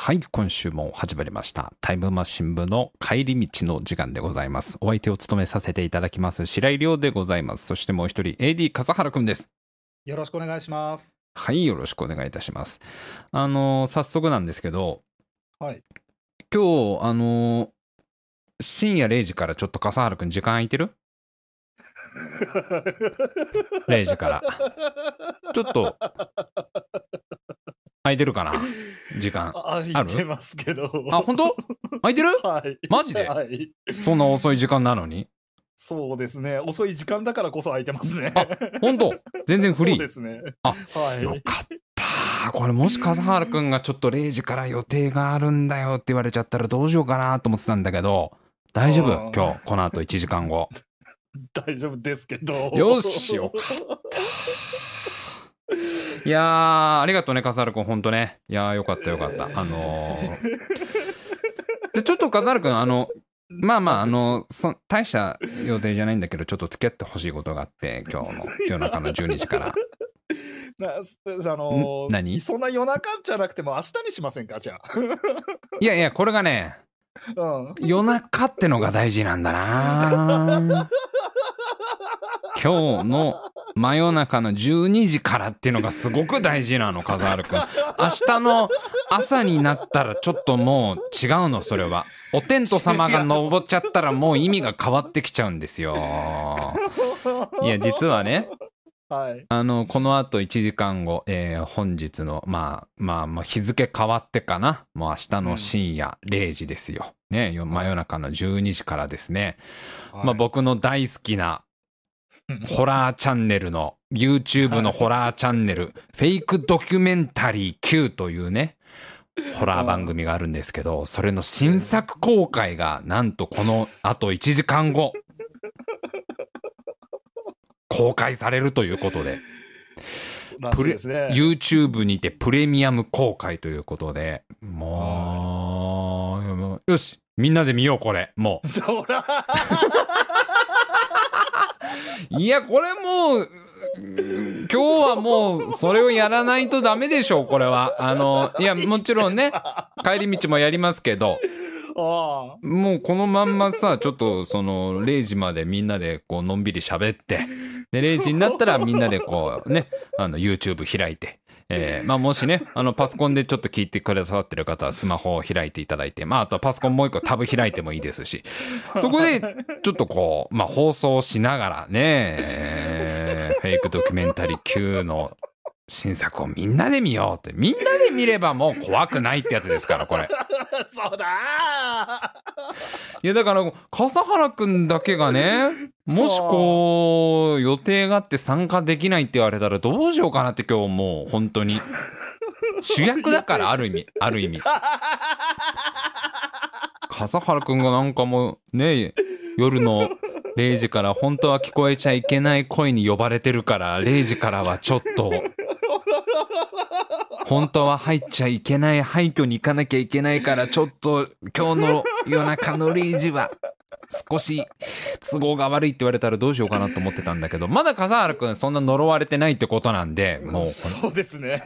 はい、今週も始まりましたタイムマシン部の帰り道の時間でございます。お相手を務めさせていただきます白井亮でございます。そしてもう一人 AD 笠原くんです。 よろしくお願いします。 はい、よろしくお願いいたします。早速なんですけど、 はい、 今日深夜0時からちょっと笠原くん時間空いてる？0時からちょっと空いてるかな、時間ある？ 空いてますけど。 あ、本当？空いてる？ はい。 マジで？ はい。 そんな遅い時間なのに？ そうですね。遅い時間だからこそ空いてますね。 あ、本当？全然フリー？ そうですね。 あ、 はい。 よかった。これもし笠原くんがちょっと0時から予定があるんだよって言われちゃったらどうしようかなと思ってたんだけど、大丈夫？今日この後1時間後。 大丈夫ですけど。 よし、よかった。いやー、ありがとうね笠原くん、ほんとね。いやー、よかったよかった。でちょっと笠原くん大した予定じゃないんだけど、ちょっと付き合ってほしいことがあって、今日の夜中の12時から何？ そんな夜中じゃなくても明日にしませんか、じゃあ。 いやいや、これがね、夜中ってのが大事なんだな。今日の真夜中の12時からっていうのがすごく大事なの、笠原くん。明日の朝になったらちょっともう違うの、それは。お天道様が昇っちゃったらもう意味が変わってきちゃうんですよ。いや、実はね、 はい、 この後1時間後、本日の日付変わってかな、もう明日の深夜0時ですよ、ね、真夜中の12時からですね、僕の大好きなホラーチャンネルの YouTube のホラーチャンネル、フェイクドキュメンタリー Q というねホラー番組があるんですけど、それの新作公開がなんとこの後1時間後公開されるということで、YouTube にてプレミアム公開ということで、もうよし、みんなで見ようこれ。もういや、これもう今日はもうそれをやらないとダメでしょう、これは。いや、もちろんね、帰り道もやりますけど、もうこのまんまさ、ちょっとその0時までみんなでこうのんびり喋って、で0時になったらみんなでこうね、YouTube 開いて、もしね、パソコンでちょっと聞いてくださってる方はスマホを開いていただいて、あとはパソコンもう一個タブ開いてもいいですし、そこでちょっとこう、放送しながらね、フェイクドキュメンタリー Q の新作をみんなで見ようって。みんなで見ればもう怖くないってやつですから、これ。 そうだいや、だから笠原くんだけがね、もしこう予定があって参加できないって言われたらどうしようかなって、今日もう本当に主役だから、ある意味笠原くんがなんかもうね、夜の0時から本当は聞こえちゃいけない声に呼ばれてるから、0時からはちょっと本当は入っちゃいけない廃墟に行かなきゃいけないから、ちょっと今日の夜中の0時は少し都合が悪いって言われたらどうしようかなと思ってたんだけど、まだ笠原くんそんな呪われてないってことなんで、もうそうですね。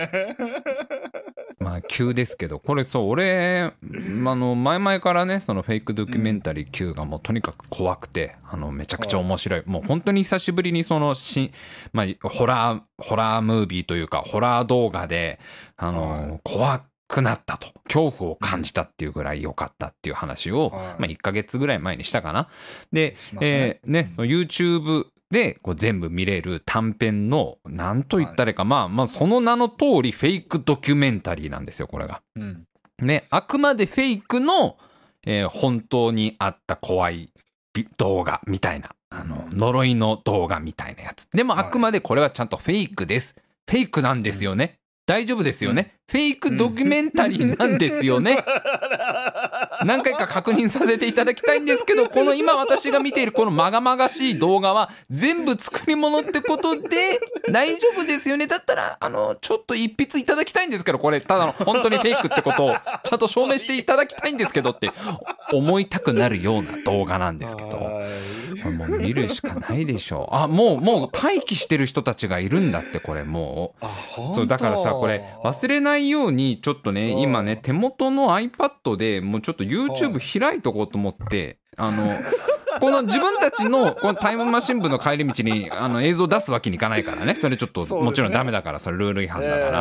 急ですけど、これそう、俺前々からね、そのフェイクドキュメンタリー Q がもうとにかく怖くて、めちゃくちゃ面白い、もう本当に久しぶりにそのホラームービーというかホラー動画で怖くなったと、恐怖を感じたっていうぐらい良かったっていう話を、1ヶ月ぐらい前にしたかな。で、YouTube でこう全部見れる短編の、なんと言ったらいいか、その名の通りフェイクドキュメンタリーなんですよ、これが。ね、あくまでフェイクの、本当にあった怖い動画みたいな、呪いの動画みたいなやつ。でもあくまでこれはちゃんとフェイクです。フェイクなんですよね。大丈夫ですよね。フェイクドキュメンタリーなんですよね。何回か確認させていただきたいんですけど、この今私が見ているこのまがまがしい動画は全部作り物ってことで大丈夫ですよね。だったらちょっと一筆いただきたいんですけど、これただの本当にフェイクってことをちゃんと証明していただきたいんですけどって思いたくなるような動画なんですけど、 これもう見るしかないでしょう。あ、もう待機してる人たちがいるんだって、これもう。そう、だからさ、これ忘れないように、ちょっとね、今ね、手元の iPad でもうちょっと YouTube 開いとこうと思って、この自分たちのこのタイムマシン部の帰り道に映像出すわけにいかないからね。それちょっともちろんダメだから、それルール違反だから、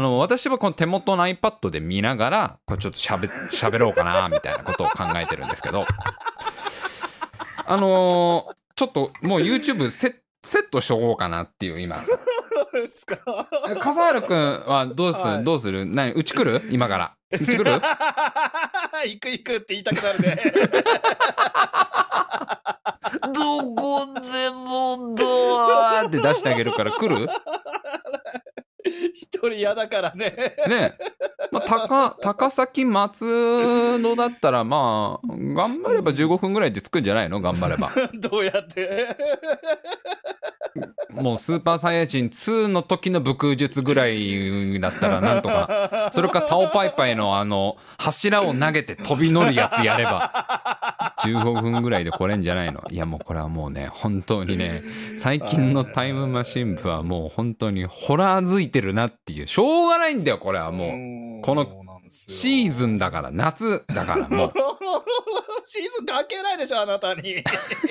私はこの手元の iPad で見ながら、これちょっと喋ろうかなみたいなことを考えてるんですけど、ちょっともう YouTube セットしとこうかなっていう今。 ですか。 笠原くんはどうする、 はい、 どうする、うち来る今から。うち来る行く行くって言いたくなるね。 どこでもドアって出してあげるから来る？ 一人嫌だからね。 ねえ。まあ、高崎松戸だったらまあ頑張れば15分ぐらいで着くんじゃないの？頑張れば。 どうやってもうスーパーサイヤ人2の時の武空術ぐらいだったらなんとか、それかタオパイパイの柱を投げて飛び乗るやつやれば15分ぐらいで来れんじゃないの？いやもうこれはもうね、本当にね、最近のタイムマシン部はもう本当にホラーづいてるなっていう、しょうがないんだよこれはもう。このシーズンだから、夏だからもう。 シーズン関係ないでしょあなたに。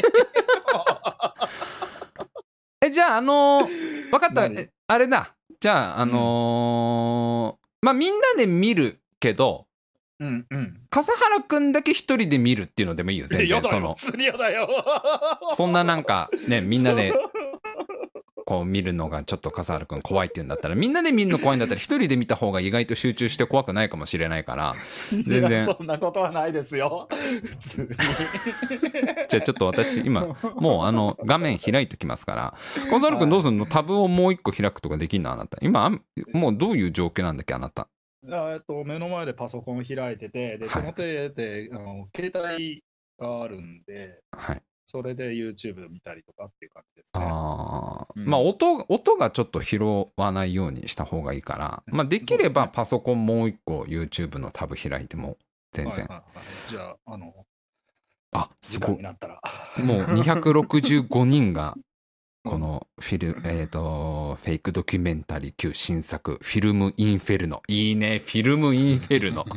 じゃあ分かった。あれだ。じゃあまあみんなで見るけど、 うんうん、 笠原くんだけ一人で見るっていうのでもいいよ全然。そんななんかね、みんなでこう見るのがちょっと笠原くん怖いっていうんだったら、みんなで見るの怖いんだったら一人で見た方が意外と集中して怖くないかもしれないから、 全然そんなことはないですよ普通に。 じゃあちょっと私今もう画面開いときますから、笠原くんどうすんの？タブをもう一個開くとかできんの？あなた今もうどういう状況なんだっけあなた？ 目の前でパソコンを開いてて、で、その手で携帯があるんで、 はい、 それで YouTube 見たりとかっていう感じですね。 まあ音がちょっと拾わないようにした方がいいから、まあできればパソコンもう一個 YouTube のタブ開いても全然。 じゃあ、すごい。 時間になったらもう265人がこのフェイクドキュメンタリー級新作フィルムインフェルノ。いいね、フィルムインフェルノ。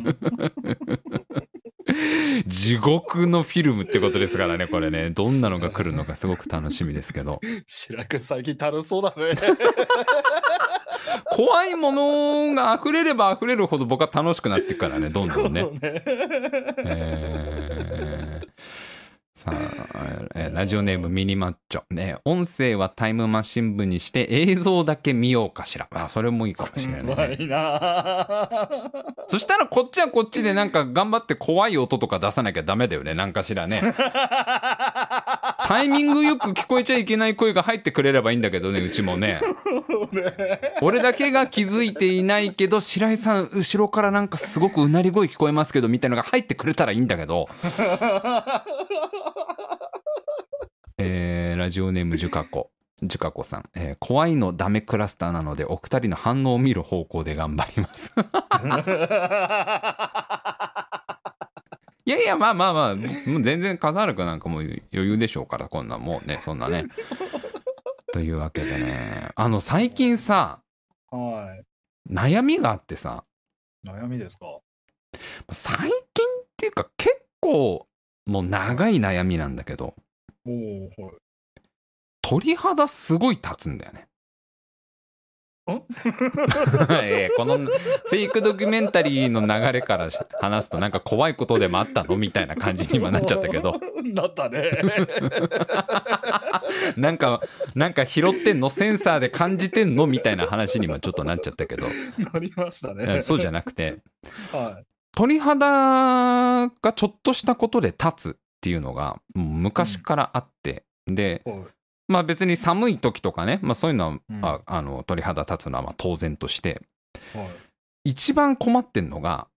地獄のフィルムってことですからね、これね。どんなのが来るのかすごく楽しみですけど。 白く最近楽しそうだね。 怖いものが溢れれば溢れるほど僕は楽しくなっていくからね、どんどんね。さあ、ラジオネームミニマッチョ、ね、音声はタイムマシン部にして映像だけ見ようかしら。それもいいかもしれない、ね、そしたらこっちはこっちでなんか頑張って怖い音とか出さなきゃダメだよね、なんかしらね。タイミングよく聞こえちゃいけない声が入ってくれればいいんだけどね、うちもね。俺だけが気づいていないけど、白井さん後ろからなんかすごくうなり声聞こえますけどみたいなのが入ってくれたらいいんだけど。ラジオネームジュカコさん、怖いのダメクラスターなのでお二人の反応を見る方向で頑張ります。いやいや、まあもう全然笠原くんなんかもう余裕でしょうから、こんなもうね、そんなね。というわけでね、最近さ、悩みがあってさ。 悩みですか？ 最近っていうか結構もう長い悩みなんだけど、鳥肌すごい立つんだよね。このフェイクドキュメンタリーの流れから話すとなんか怖いことでもあったのみたいな感じに今なっちゃったけど。 なったね。 なんか拾ってんの？センサーで感じてんのみたいな話にもちょっとなっちゃったけど。 なりましたね。 そうじゃなくて、鳥肌がちょっとしたことで立つっていうのがもう昔からあって、で、まあ別に寒い時とかね、まあそういうのは、鳥肌立つのはまあ当然として、一番困ってんのが、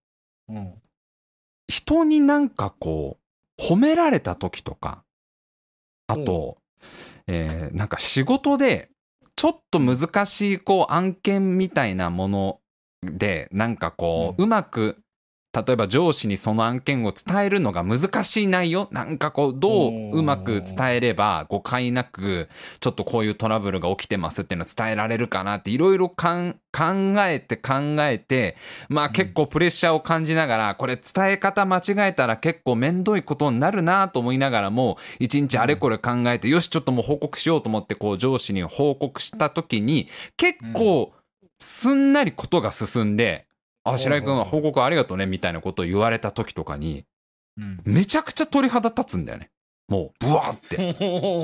人になんかこう褒められた時とか、あと、なんか仕事でちょっと難しいこう案件みたいなものでなんかこう、うまく例えば上司にその案件を伝えるのが難しい内容、なんかこうどううまく伝えれば誤解なくちょっとこういうトラブルが起きてますっていうのを伝えられるかなっていろいろ考えて、まあ結構プレッシャーを感じながら、これ伝え方間違えたら結構めんどいことになるなと思いながらも、一日あれこれ考えて、よしちょっともう報告しようと思ってこう上司に報告した時に結構すんなりことが進んで、白井君は報告ありがとうねみたいなことを言われた時とかに、めちゃくちゃ鳥肌立つんだよね。もうブワーって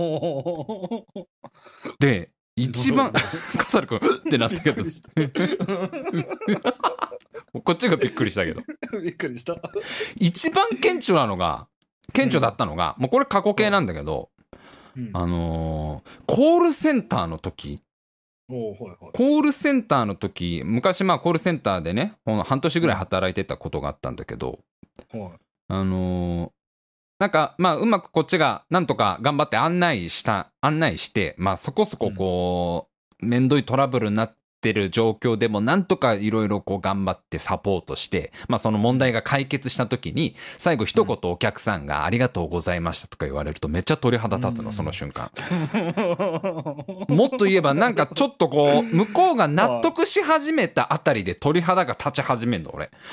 で一番笠原君ってなったけどこっちがびっくりしたけどびっくりした。 一番顕著だったのが、もうこれ過去形なんだけど、コールセンターの時、コールセンターの時、昔まあコールセンターでね、半年ぐらい働いてたことがあったんだけど、なんかまあうまくこっちがなんとか頑張って案内して、まあそこそここうめんどいトラブルになってる状況でもなんとかいろいろこう頑張ってサポートして、まあその問題が解決した時に最後一言お客さんがありがとうございましたとか言われるとめっちゃ鳥肌立つの、その瞬間。もっと言えばなんかちょっとこう向こうが納得し始めたあたりで鳥肌が立ち始めんの俺。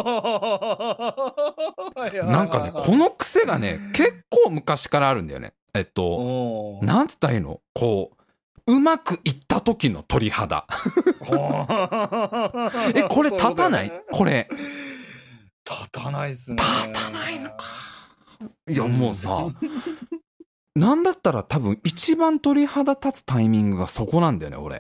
なんかねこの癖がね結構昔からあるんだよね。なんつったらいいの、こうまくいった時の鳥肌これ立たない？これ立たないっすね。 立たないのか。いやもうさ、なんだったら多分一番鳥肌立つタイミングがそこなんだよね俺。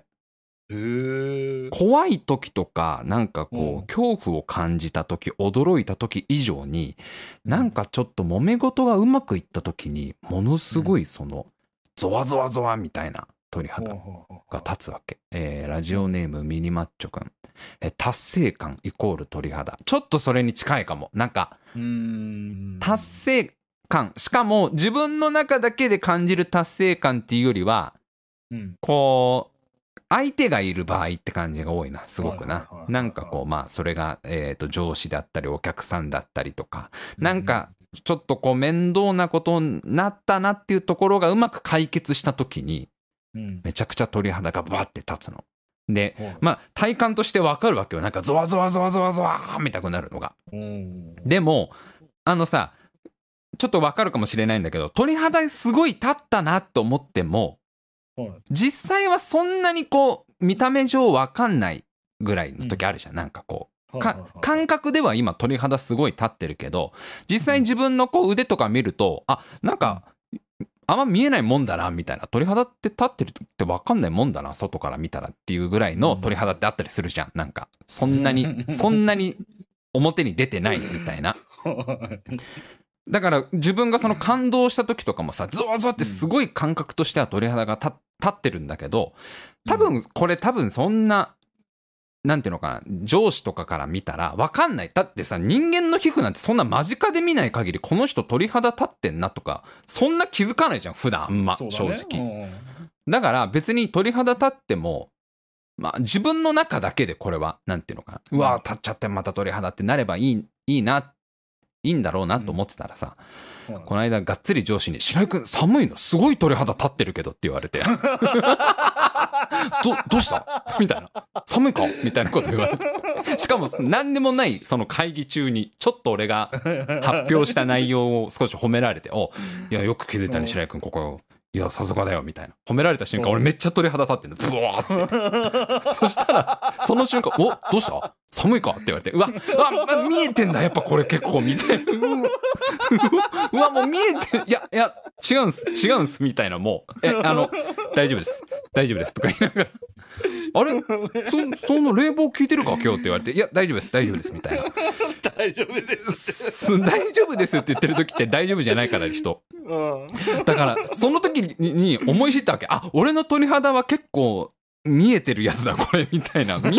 怖い時とかなんかこう恐怖を感じた時、驚いた時以上になんかちょっと揉め事がうまくいった時にものすごいそのゾワゾワゾワみたいな鳥肌が立つわけ。ラジオネームミニマッチョくん、達成感イコール鳥肌、ちょっとそれに近いかも。なんか達成感、しかも自分の中だけで感じる達成感っていうよりは、こう相手がいる場合って感じが多いな、すごくな。なんかこうまあそれが上司だったりお客さんだったりとか、なんかちょっとこう面倒なことになったなっていうところがうまく解決した時にめちゃくちゃ鳥肌がバッて立つので、まあ体感としてわかるわけよ。なんかゾワゾワゾワゾワゾワみたくなるのが。でもさ、ちょっとわかるかもしれないんだけど、鳥肌すごい立ったなと思っても実際はそんなにこう見た目上わかんないぐらいの時あるじゃん。なんかこう感覚では今鳥肌すごい立ってるけど、実際自分のこう腕とか見るとなんかあんま見えないもんだなみたいな、鳥肌って立ってるってわかんないもんだな外から見たらっていうぐらいの鳥肌ってあったりするじゃん。なんかそんなに表に出てないみたいな。だから自分がその感動した時とかもさ、ゾワゾワってすごい感覚としては鳥肌が立ってるんだけど、多分そんななんていうのかな、上司とかから見たら分かんない。だってさ、人間の皮膚なんてそんな間近で見ない限りこの人鳥肌立ってんなとかそんな気づかないじゃん普段あんま、正直。だから別に鳥肌立ってもまあ自分の中だけでこれはなんていうのかな、うわ立っちゃってまた鳥肌ってなればいいんだろうなと思ってたらさ、この間がっつり上司に白井くん寒いのすごい鳥肌立ってるけどって言われてどうしたみたいな、寒いかみたいなこと言われて、しかも何でもないその会議中にちょっと俺が発表した内容を少し褒められて、いやよく気づいたね白井くんここ、いやさすがだよみたいな褒められた瞬間俺めっちゃ鳥肌立ってんのブワーってそしたらその瞬間どうした寒いかって言われて、うわ見えてんだやっぱこれ結構みたいなうわもう見えて、いや違うんすみたいな、もう大丈夫ですとか言いながらあれその冷房効いてるか今日って言われて、いや大丈夫ですみたいな大丈夫です大丈夫ですって言ってる時って大丈夫じゃないから人、だからその時に思い知ったわけ、俺の鳥肌は結構見えてるやつだこれみたいな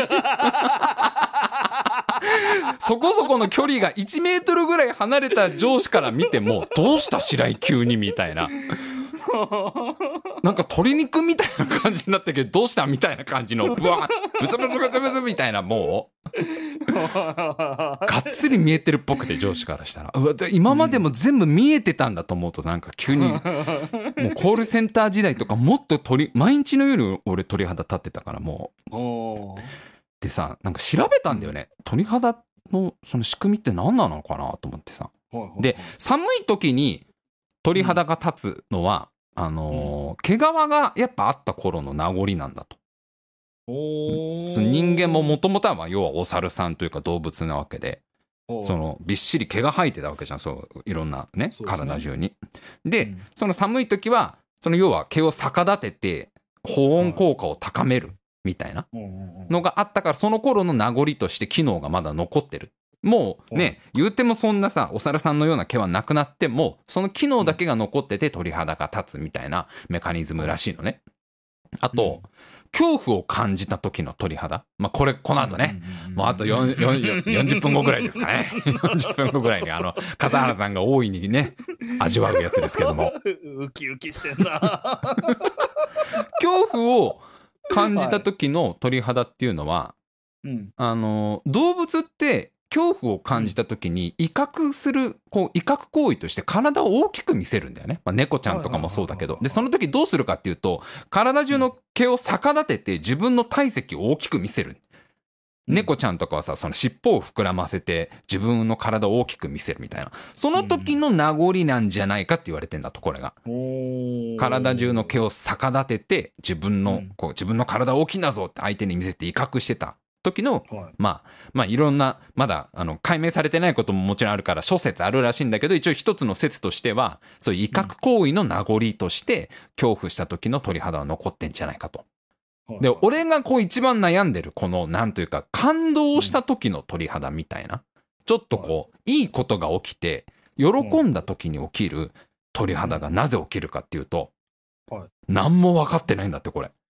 そこそこの距離が1メートルぐらい離れた上司から見てもどうした白井急にみたいななんか鶏肉みたいな感じになったけどどうしたみたいな感じのブツブツみたいな、もがっつり見えてるっぽくて、上司からしたらうわ今までも全部見えてたんだと思うと、なんか急にもうコールセンター時代とかもっと毎日のように俺鳥肌立ってたから、もうでさ、なんか調べたんだよね、鳥肌のその仕組みって何なのかなと思ってさ。で寒い時に鳥肌が立つのは、毛皮がやっぱあった頃の名残なんだと。その人間ももともとは要はお猿さんというか動物なわけで、そのびっしり毛が生えてたわけじゃん、そういろんなね、体中に。で、その寒い時はその要は毛を逆立てて保温効果を高めるみたいなのがあったから、その頃の名残として機能がまだ残ってる。もうね、言うてもそんなさお猿さんのような毛はなくなっても、その機能だけが残ってて鳥肌が立つみたいなメカニズムらしいのね。あと、恐怖を感じた時の鳥肌、まあこの後ね、もうあと40分後ぐらいですかね40分後ぐらいに笠原さんが大いにね味わうやつですけどもウキウキしてんな恐怖を感じた時の鳥肌っていうのは、動物って恐怖を感じた時に威嚇する威嚇行為として体を大きく見せるんだよね。まあ、猫ちゃんとかもそうだけど、でその時どうするかっていうと、体中の毛を逆立てて自分の体積を大きく見せる。猫ちゃんとかはさ、その尻尾を膨らませて自分の体を大きく見せるみたいな、その時の名残なんじゃないかって言われてんだと、これが。体中の毛を逆立てて自分の体大きいんだぞって相手に見せて威嚇してた時の、まあいろんなまだ解明されてないことももちろんあるから諸説あるらしいんだけど、一応一つの説としてはそういう威嚇行為の名残として恐怖した時の鳥肌は残ってんじゃないかと。で俺が一番悩んでるこのなんというか感動した時の鳥肌みたいな、ちょっといいことが起きて喜んだ時に起きる鳥肌がなぜ起きるかっていうと、何も分かってないんだってこれ。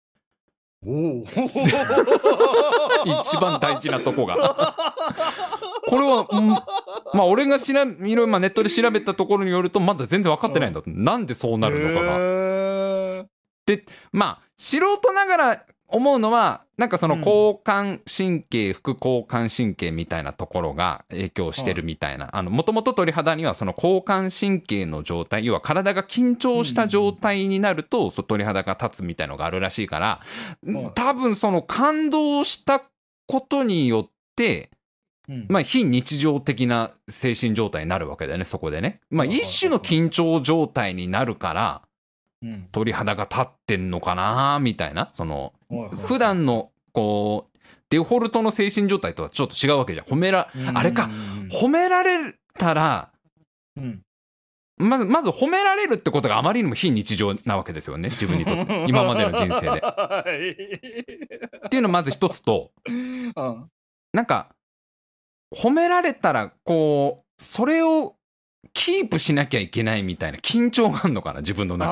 一番大事なとこがこれはまあ俺がいろいろネットで調べたところによるとまだ全然分かってないんだと、なんでそうなるのかが。でまあ素人ながら思うのは、なんかその交感神経、副交感神経みたいなところが影響してるみたいな、もともと鳥肌にはその交感神経の状態、要は体が緊張した状態になると、鳥肌が立つみたいのがあるらしいから、多分その感動したことによってまあ非日常的な精神状態になるわけだよね、そこでね。まあ一種の緊張状態になるから鳥肌が立ってんのかなみたいな、その普段のデフォルトの精神状態とはちょっと違うわけじゃん。あれか、褒められたら、まず褒められるってことがあまりにも非日常なわけですよね、自分にとって今までの人生でっていうのまず一つと、なんか褒められたらそれをキープしなきゃいけないみたいな緊張があるのかな、自分の中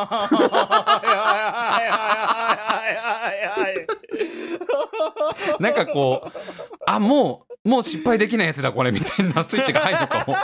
になんかもう失敗できないやつだこれみたいなスイッチが入るのかも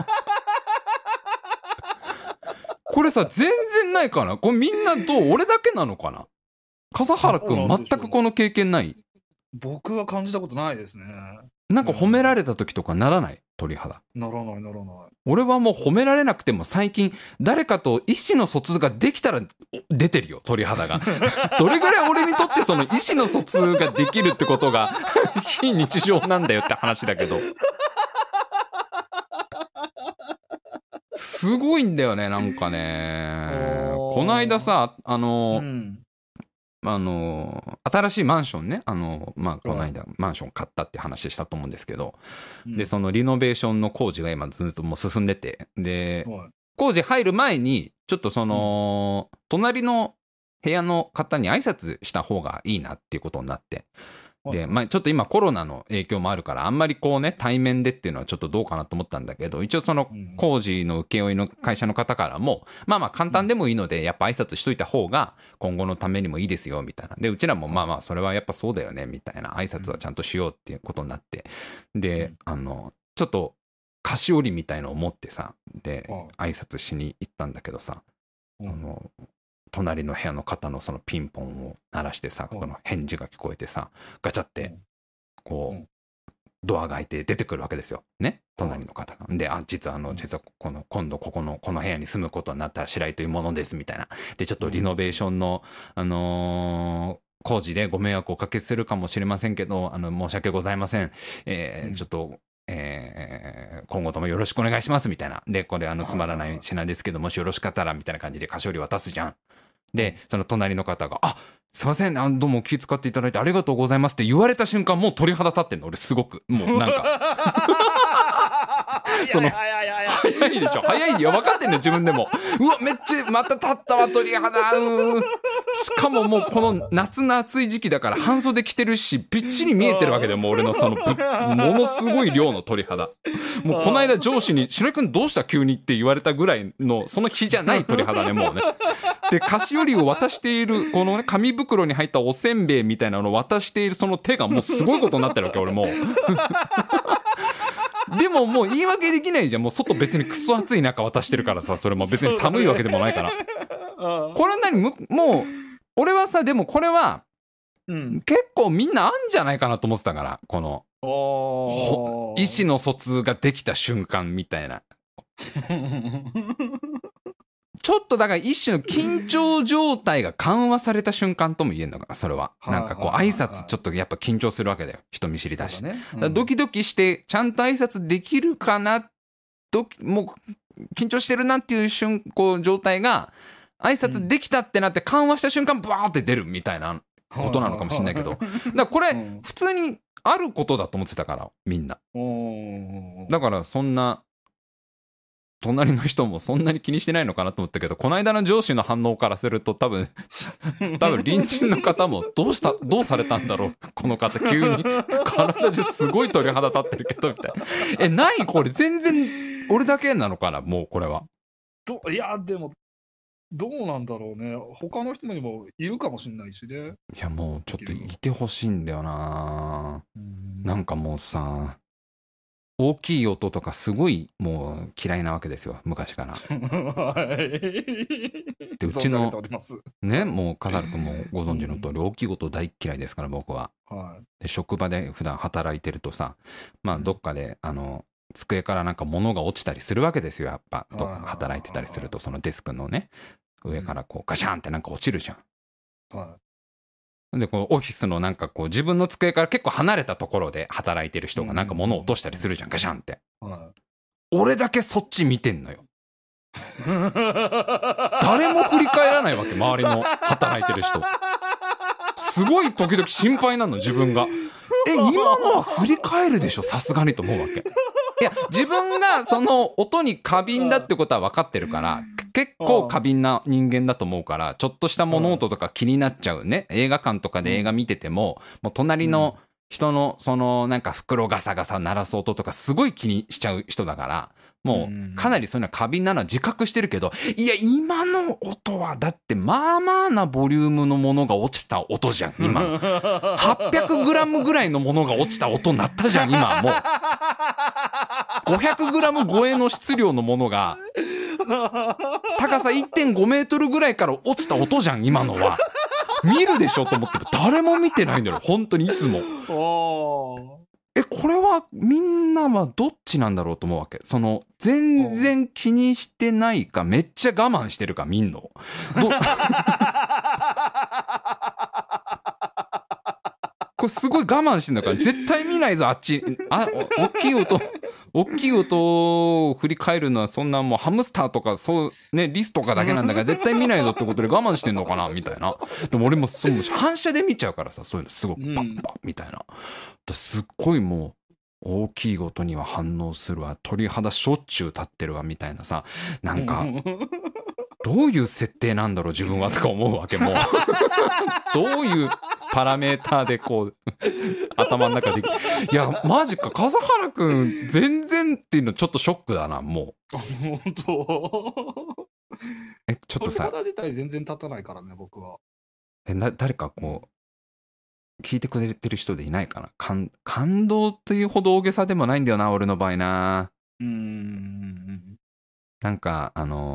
これさ全然ないかな、これみんなどう、俺だけなのかな。笠原くん全くこの経験ない？ 僕は感じたことないですね。 なんか褒められた時とかならない？鳥肌。 ならない。 俺はもう褒められなくても最近誰かと意思の疎通ができたら出てるよ、鳥肌がどれぐらい俺にとってその意思の疎通ができるってことが非日常なんだよって話だけどすごいんだよね、なんかね。この間さ新しいマンションね、まあこの間マンション買ったって話したと思うんですけど、でそのリノベーションの工事が今ずっともう進んでて、で工事入る前にちょっとその隣の部屋の方に挨拶した方がいいなっていうことになって、でまあちょっと今コロナの影響もあるからあんまり対面でっていうのはちょっとどうかなと思ったんだけど、一応その工事の請負の会社の方からもまあ簡単でもいいのでやっぱ挨拶しといた方が今後のためにもいいですよみたいな、でうちらもまあそれはやっぱそうだよねみたいな、挨拶はちゃんとしようっていうことになって、でちょっと菓子折りみたいのを持ってさ、で挨拶しに行ったんだけどさ、隣の部屋の方のそのピンポンを鳴らしてさ、その返事が聞こえてさ、ガチャってドアが開いて出てくるわけですよ。ね。隣の方が。で、実は今度ここの部屋に住むことになった白井というものです、みたいな。で、ちょっとリノベーションの、工事でご迷惑をおかけするかもしれませんけど、申し訳ございません。ちょっと、今後ともよろしくお願いします、みたいな。で、これつまらない品ですけど、もしよろしかったら、みたいな感じで菓子折り渡すじゃん。で、その隣の方が、すいません、どうも気遣っていただいてありがとうございますって言われた瞬間、もう鳥肌立ってんの、俺すごく。もうなんか。早いでしょ、早いよ、分かってんの自分でも。うわ、めっちゃ、また立ったわ、鳥肌。しかももうこの夏の暑い時期だから半袖着てるし、びっちり見えてるわけでもう俺のものすごい量の鳥肌。もうこの間上司に、白井くんどうした急にって言われたぐらいの、その日じゃない鳥肌ね、もうね。で、菓子折りを渡している、このね、紙袋に入ったおせんべいみたいなのを渡しているその手がもうすごいことになってるわけ、俺もう。でももう言い訳できないじゃん。もう外別にクソ暑い中渡してるからさ、それも別に寒いわけでもないから。これはもう、俺はさ、でもこれは、結構みんなあんじゃないかなと思ってたから、この、意思の疎通ができた瞬間みたいな。ちょっとだから一種の緊張状態が緩和された瞬間とも言えるのかな、それは。なんかこう挨拶ちょっとやっぱ緊張するわけだよ。人見知りだし。ドキドキしてちゃんと挨拶できるかな、もう緊張してるなっていう状態が挨拶できたってなって緩和した瞬間バーって出るみたいなことなのかもしれないけど。だからこれ普通にあることだと思ってたから、みんな。だからそんな、隣の人もそんなに気にしてないのかなと思ったけど、この間の上司の反応からすると多分隣人の方もどうされたんだろうこの方急に体中すごい鳥肌立ってるけどみたいな。ないこれ全然俺だけなのかな、もうこれは。 いやでもどうなんだろうね。他の人にもいるかもしれないしね。 いやもうちょっといてほしいんだよな。なんかもうさ、大きい音とかすごいもう嫌いなわけですよ、昔から。で、うちのね、もうカザル君もご存知の通り、大きい音大嫌いですから僕は。で、職場で普段働いてるとさ、まあどっかで机からなんか物が落ちたりするわけですよ、やっぱ。働いてたりすると、そのデスクのね、上からこうガシャンってなんか落ちるじゃん。で、こうオフィスのなんかこう自分の机から結構離れたところで働いてる人がなんか物を落としたりするじゃん、ガシャンって。俺だけそっち見てんのよ。誰も振り返らないわけ、周りの働いてる人。すごい時々心配なの、自分が。今のは振り返るでしょ、さすがにと思うわけ。いや、自分がその音に過敏だってことは分かってるから、結構過敏な人間だと思うから、ちょっとした物音とか気になっちゃうね。映画館とかで映画見てても、もう隣の人のそのなんか袋ガサガサ鳴らす音とかすごい気にしちゃう人だから、もうかなりそういうのは過敏なのは自覚してるけど、いや今の音はだってまあまあなボリュームのものが落ちた音じゃん、今。800グラムぐらいのものが落ちた音になったじゃん、今もう。500グラム超えの質量のものが高さ 1.5 メートルぐらいから落ちた音じゃん、今のは。見るでしょと思ってる。誰も見てないんだよ、本当にいつも。これはみんなはどっちなんだろうと思うわけ。その全然気にしてないか、めっちゃ我慢してるか、見んの。これすごい我慢してんだから、絶対見ないぞ、あっち。大きい音を振り返るのはそんなもうハムスターとかそうね、リスとかだけなんだから絶対見ないぞってことで我慢してんのかなみたいな。でも俺も反射で見ちゃうからさ、そういうのすごくパッパッみたいな。すっごいもう大きい音には反応するわ、鳥肌しょっちゅう立ってるわみたいなさ、なんかどういう設定なんだろう自分はとか思うわけ。もうどういうパラメーターでこう頭の中で、いやマジか、笠原くん全然っていうのちょっとショックだな、もう。 本当。 ちょっとさ、 鳥肌自体全然立たないからね、僕は。 誰かこう聞いてくれてる人でいないかな。感動というほど大げさでもないんだよな、俺の場合な。なんか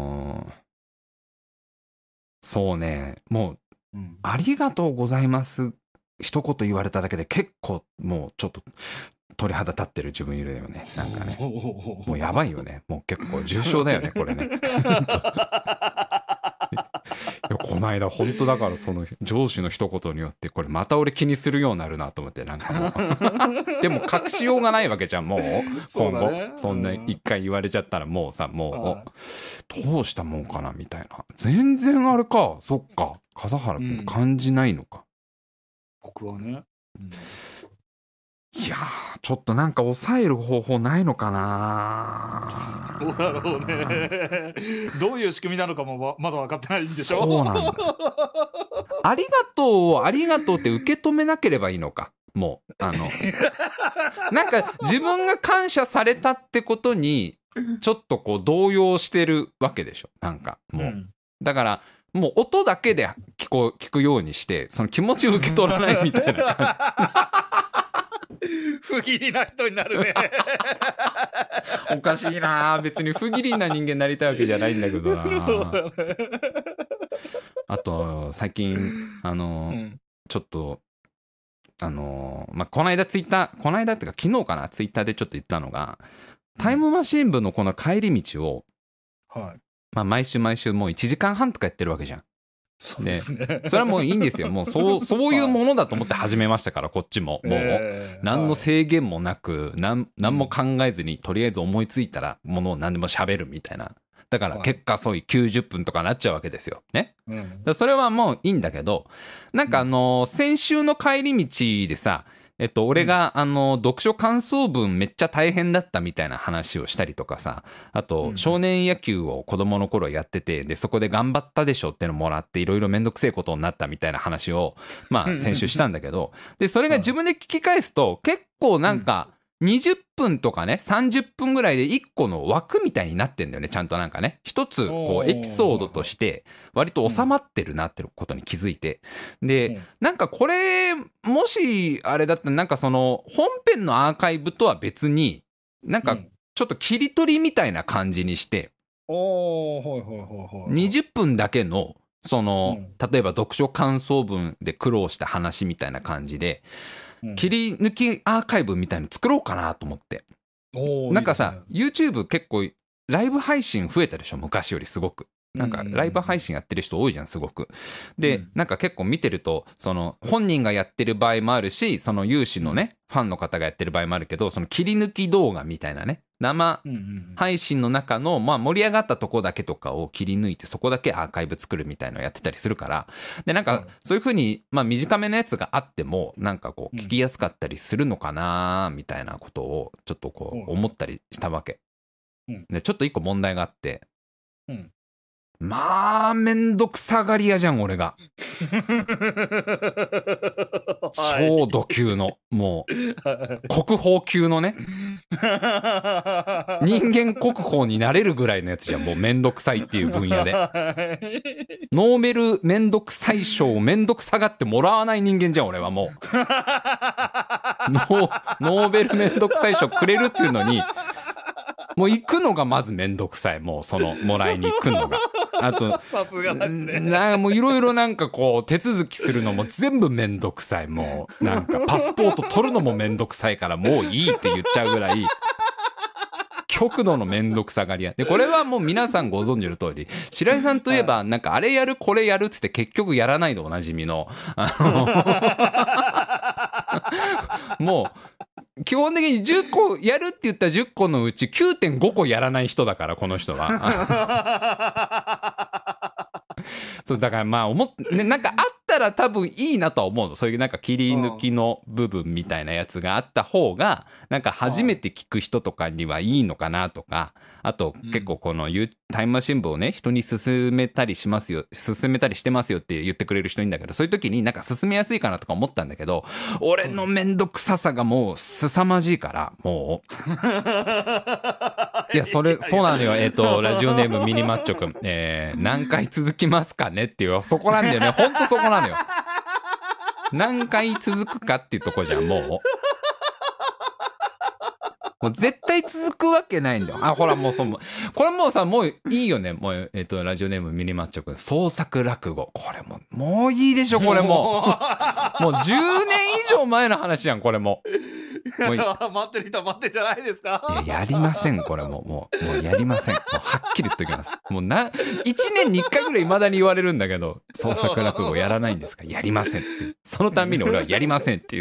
そうね、もう、ありがとうございます一言言われただけで結構もうちょっと鳥肌立ってる自分いるよね。なんかね。もうやばいよね。もう結構重症だよね、これね。いやこの間本当だからその上司の一言によってこれまた俺気にするようになるなと思ってなんかもうでも隠しようがないわけじゃんもう今後そんな一回言われちゃったらもうさもうどうしたもんかなみたいな全然あれかそっか笠原君感じないのか、 僕はね、 いやーちょっとなんか抑える方法ないのかな。 どうだろうね。どういう仕組みなのかもまず分かってないんでしょ。 そうなんだ。ありがとうありがとうって受け止めなければいいのか。もうなんか自分が感謝されたってことにちょっとこう動揺してるわけでしょ。なんかもう、だからもう音だけで聞くようにしてその気持ちを受け取らないみたいな感じ。 不義理な人になるね。 おかしいな別に不義理な人間になりたいわけじゃないんだけどな。あと最近ちょっとこの間ツイッターこの間っていうか昨日かなツイッターでちょっと言ったのがタイムマシーン部のこの帰り道を、毎週毎週もう1時間半とかやってるわけじゃん。 そうですね。 それはもういいんですよ。もうそういうものだと思って始めましたからこっちももう何の制限もなく何も考えずにとりあえず思いついたらものを何でも喋るみたいな。だから結果そういう90分とかなっちゃうわけですよ。ね。だそれはもういいんだけどなんか先週の帰り道でさ俺が読書感想文めっちゃ大変だったみたいな話をしたりとかさあと少年野球を子供の頃やっててでそこで頑張ったでしょってのもらっていろいろめんどくせえことになったみたいな話を先週したんだけどでそれが自分で聞き返すと結構なんか20分とかね30分ぐらいで1個の枠みたいになってんだよねちゃんとなんかね一つこうエピソードとして割と収まってるなってことに気づいてでなんかこれもしあれだったらなんかその本編のアーカイブとは別になんかちょっと切り取りみたいな感じにして20分だけのその例えば読書感想文で苦労した話みたいな感じで切り抜きアーカイブみたいに作ろうかなと思ってなんかさ YouTube 結構ライブ配信増えたでしょ昔よりすごくなんかライブ配信やってる人多いじゃんすごくでなんか結構見てるとその本人がやってる場合もあるしその有志のねファンの方がやってる場合もあるけどその切り抜き動画みたいなね生配信の中の盛り上がったとこだけとかを切り抜いてそこだけアーカイブ作るみたいのをやってたりするからでなんかそういう風に短めのやつがあってもなんかこう聞きやすかったりするのかなみたいなことをちょっとこう思ったりしたわけでちょっと一個問題があってめんどくさがり屋じゃん俺が超度級のもう国宝級のね人間国宝になれるぐらいのやつじゃんもうめんどくさいっていう分野でノーベルめんどくさい賞をめんどくさがってもらわない人間じゃん俺はもうノーベルめんどくさい賞くれるっていうのにもう行くのがまずめんどくさいもうそのもらいに行くのがあとさすがですねもういろいろなんかこう手続きするのも全部めんどくさいもうなんかパスポート取るのもめんどくさいからもういいって言っちゃうぐらい極度のめんどくさがり屋でこれはもう皆さんご存知の通り白井さんといえばなんかあれやるこれやるっつって結局やらないでおなじみのもう基本的に10個やるって言ったら10個のうち 9.5 個やらない人だからこの人はそうだからなんかあったら多分いいなとは思うのそういうなんか切り抜きの部分みたいなやつがあった方がなんか初めて聞く人とかにはいいのかなとかあと結構このタイムマシン部をね人に勧めたりしてますよって言ってくれる人いるんだけどそういう時になんか勧めやすいかなとか思ったんだけど俺のめんどくささがもう凄まじいからもういやそうなのよラジオネームミニマッチョくん、何回続きますかねっていうそこなんだよねほんとそこなのよ何回続くかっていうとこじゃんもう絶対続くわけないんだよ。ほらもうこれもうさもういいよねもうラジオネームミニマッチョくん創作落語これもういいでしょこれももう10年以上前の話やんこれももう待ってる人は待ってじゃないですか。 やりません、これもうやりません。もうはっきり言っておきます。もう1年に1回ぐらい未だに言われるんだけど、創作落語やらないんですか？やりませんっていう。そのたんびに俺はやりませんっていう。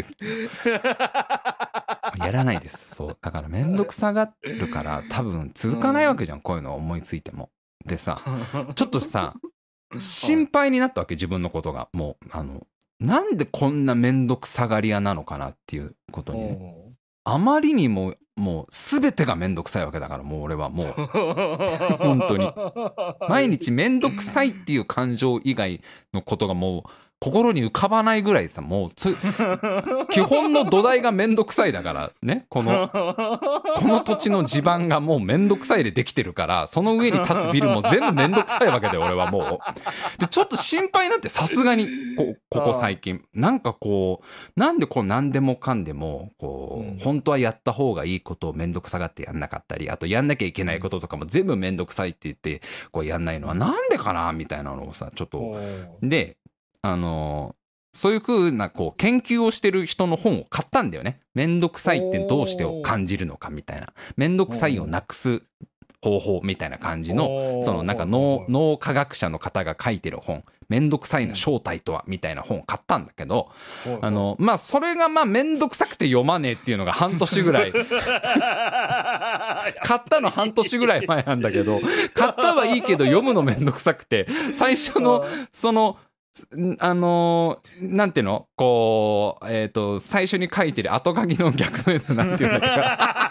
やらないです。そう。だからめんどくさがるから多分続かないわけじゃん、こういうの思いついても。でさ、ちょっとさ、心配になったわけ、自分のことが。もう、なんでこんなめんどくさがり屋なのかなっていうことにね。あまりにも、もう全てがめんどくさいわけだから、もう俺はもう、本当に。毎日めんどくさいっていう感情以外のことがもう、心に浮かばないぐらいさ、もう基本の土台がめんどくさいだからね、この土地の地盤がもうめんどくさいでできてるから、その上に立つビルも全部めんどくさいわけで俺はもう。でちょっと心配になって、さすがにここ最近なんかこう、なんでこう何でもかんでもこう、本当はやった方がいいことをめんどくさがってやんなかったり、あとやんなきゃいけないこととかも全部めんどくさいって言ってこうやんないのはなんでかなみたいなのをさ、ちょっとでそういう風なこう研究をしてる人の本を買ったんだよね。めんどくさいってどうしてを感じるのかみたいな、めんどくさいをなくす方法みたいな感じの、そのなんか脳科学者の方が書いてる本、めんどくさいの正体とはみたいな本を買ったんだけど、まあそれがまあめんどくさくて読まねえっていうのが半年ぐらい買ったの半年ぐらい前なんだけど、買ったはいいけど読むのめんどくさくて、最初のそのなんていうのこう、最初に書いてる後書きの逆のやつなんていうんだっけ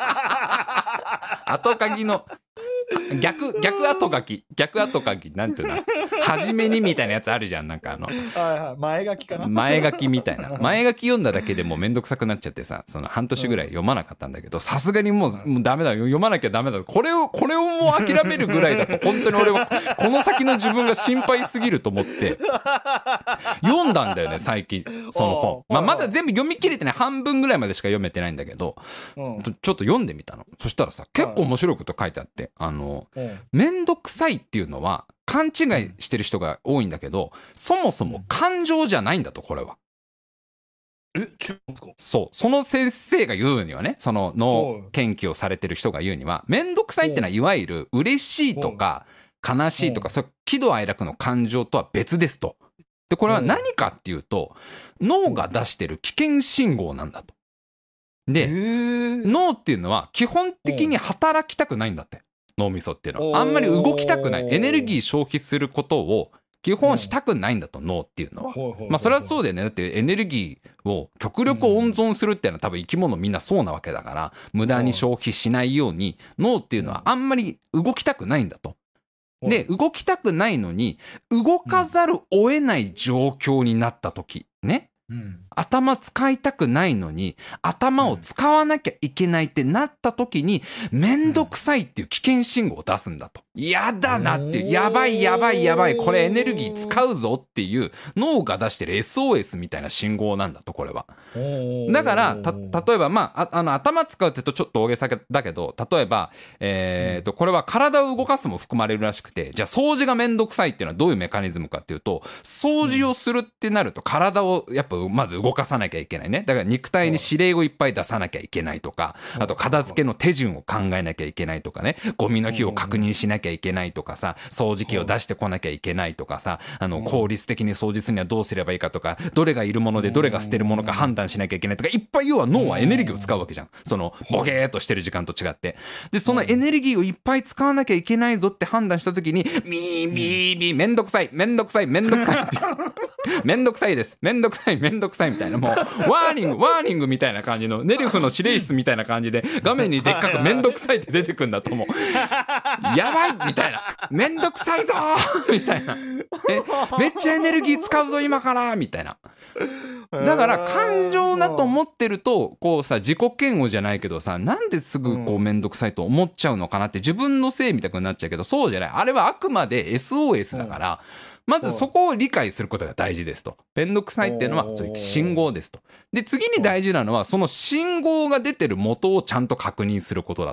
後書きの逆後書きなんていうの初めにみたいなやつあるじゃん、なんか前書きかな、 前書きみたいな、前書き読んだだけでもうめんどくさくなっちゃってさ、その半年ぐらい読まなかったんだけど、さすがにもうダメだ、読まなきゃダメだ、これをもう諦めるぐらいだと本当に俺はこの先の自分が心配すぎると思って読んだんだよね最近、その本。まだ全部読み切れてない、半分ぐらいまでしか読めてないんだけど、ちょっと読んでみたの。そしたらさ、結構面白いこと書いてあって、めんどくさいっていうのは勘違いしてる人が多いんだけど、そもそも感情じゃないんだと、これは。 違うんですか？ そう、その先生が言うにはね、その脳研究をされてる人が言うには、めんどくさいってのはいわゆる嬉しいとか悲しいとか、そういう喜怒哀楽の感情とは別ですと。でこれは何かっていうと、脳が出してる危険信号なんだと。で脳っていうのは基本的に働きたくないんだって。脳みそっていうのはあんまり動きたくない、エネルギー消費することを基本したくないんだと、脳っていうのは。まあそれはそうだよね。だってエネルギーを極力温存するっていうのは多分生き物みんなそうなわけだから、無駄に消費しないように脳っていうのはあんまり動きたくないんだと。で動きたくないのに動かざるを得ない状況になった時ね、頭使いたくないのに頭を使わなきゃいけないってなった時に、めんどくさいっていう危険信号を出すんだと。やだなっていう、やばいこれエネルギー使うぞっていう脳が出してる SOS みたいな信号なんだと、これは。だから例えば頭使うって言うとちょっと大げさだけど、例えばこれは体を動かすも含まれるらしくて、じゃあ掃除がめんどくさいっていうのはどういうメカニズムかっていうと、掃除をするってなると体をやっぱまず動かさなきゃいけないね。だから肉体に指令をいっぱい出さなきゃいけないとか、あと片付けの手順を考えなきゃいけないとかね、ゴミの日を確認しなきゃいけないとかさ、掃除機を出してこなきゃいけないとかさ、効率的に掃除するにはどうすればいいかとか、どれがいるものでどれが捨てるものか判断しなきゃいけないとか、いっぱい。要は脳はエネルギーを使うわけじゃん、そのボケーっとしてる時間と違って。でそのエネルギーをいっぱい使わなきゃいけないぞって判断した時に、ミービービーめんどくさいってめんどくさいめんどくさいですめんどくさいみたいな、もうワーニングみたいな感じの、ネルフの指令室みたいな感じで画面にでっかくめんどくさいって出てくんだと思う。やばいみたいな、めんどくさいぞみたいな、めっちゃエネルギー使うぞ今からみたいな。だから感情だと思ってるとこうさ、自己嫌悪じゃないけどさ、なんですぐこうめんどくさいと思っちゃうのかなって、自分のせいみたくなっちゃうけど、そうじゃない。あれはあくまで SOS だから、まずそこを理解することが大事ですと。めんどくさいっていうのはそういう信号ですと。で次に大事なのは、その信号が出てる元をちゃんと確認することだと。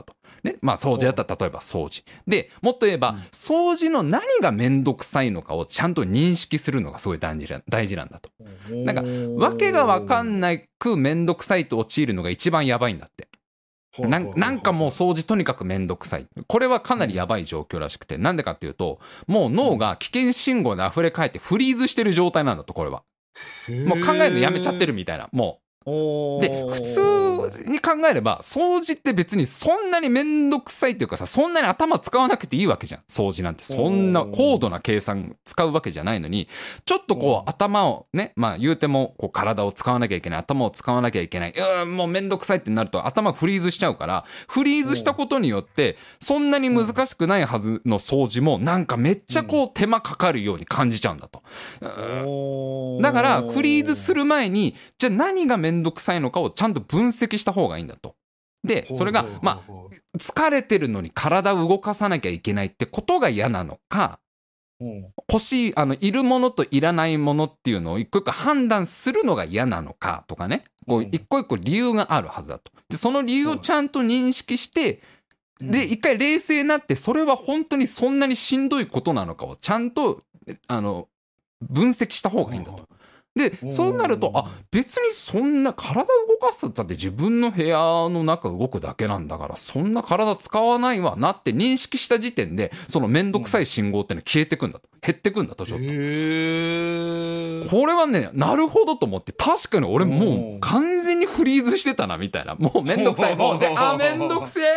ね、まあ掃除だったら例えば掃除で、もっと言えば、掃除の何がめんどくさいのかをちゃんと認識するのがすごい大事なんだと。なんかわけがわかんなくめんどくさいと陥るのが一番やばいんだって。なんかもう掃除とにかくめんどくさい。これはかなりやばい状況らしくて、なんでかっていうと、もう脳が危険信号で溢れ返ってフリーズしてる状態なんだと、これは。もう考えるのやめちゃってるみたいな、もう。で、普通に考えれば、掃除って別にそんなにめんどくさいっていうかさ、そんなに頭使わなくていいわけじゃん。掃除なんて。そんな高度な計算使うわけじゃないのに、ちょっとこう頭をね、まあ言うてもこう体を使わなきゃいけない、頭を使わなきゃいけない、もうめんどくさいってなると頭フリーズしちゃうから、フリーズしたことによって、そんなに難しくないはずの掃除もなんかめっちゃこう手間かかるように感じちゃうんだと。だからフリーズする前に、じゃあ何がめんどくさいのかをちゃんと分析した方がいいんだと。で、それが、まあ、疲れてるのに体を動かさなきゃいけないってことが嫌なのか、欲しい、いるものといらないものっていうのを一個一個判断するのが嫌なのかとかね、こう一個一個理由があるはずだと。で、その理由をちゃんと認識して、で、一回冷静になって、それは本当にそんなにしんどいことなのかをちゃんと、分析した方がいいんだと。で、そうなると、別にそんな体動かすだって自分の部屋の中動くだけなんだから、そんな体使わないわなって認識した時点で、そのめんどくさい信号ってのは消えてくんだと。減ってくんだと、ちょっと。これはね、なるほどと思って、確かに俺もう完全にフリーズしてたな、みたいな。もうめんどくさい。もうで、めんどくせえ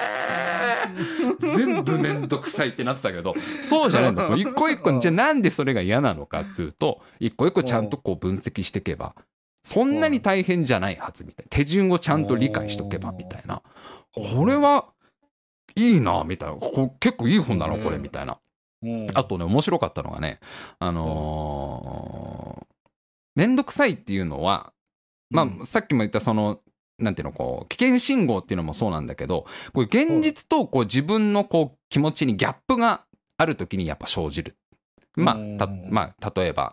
全部めんどくさいってなってたけど、そうじゃないんだ。一個一個、じゃあなんでそれが嫌なのかっていうと、一個一個ちゃんとこう分析していけば、そんなに大変じゃないはずみたいな。手順をちゃんと理解しとけばみたいな。これはいいな、みたいな。結構いい本だな、これ、みたいな。あとね、面白かったのがね、めんどくさいっていうのは、まあ、さっきも言ったその、なんていうの、こう、危険信号っていうのもそうなんだけど、こう現実とこう自分のこう気持ちにギャップがあるときにやっぱ生じる。まあ、例えば、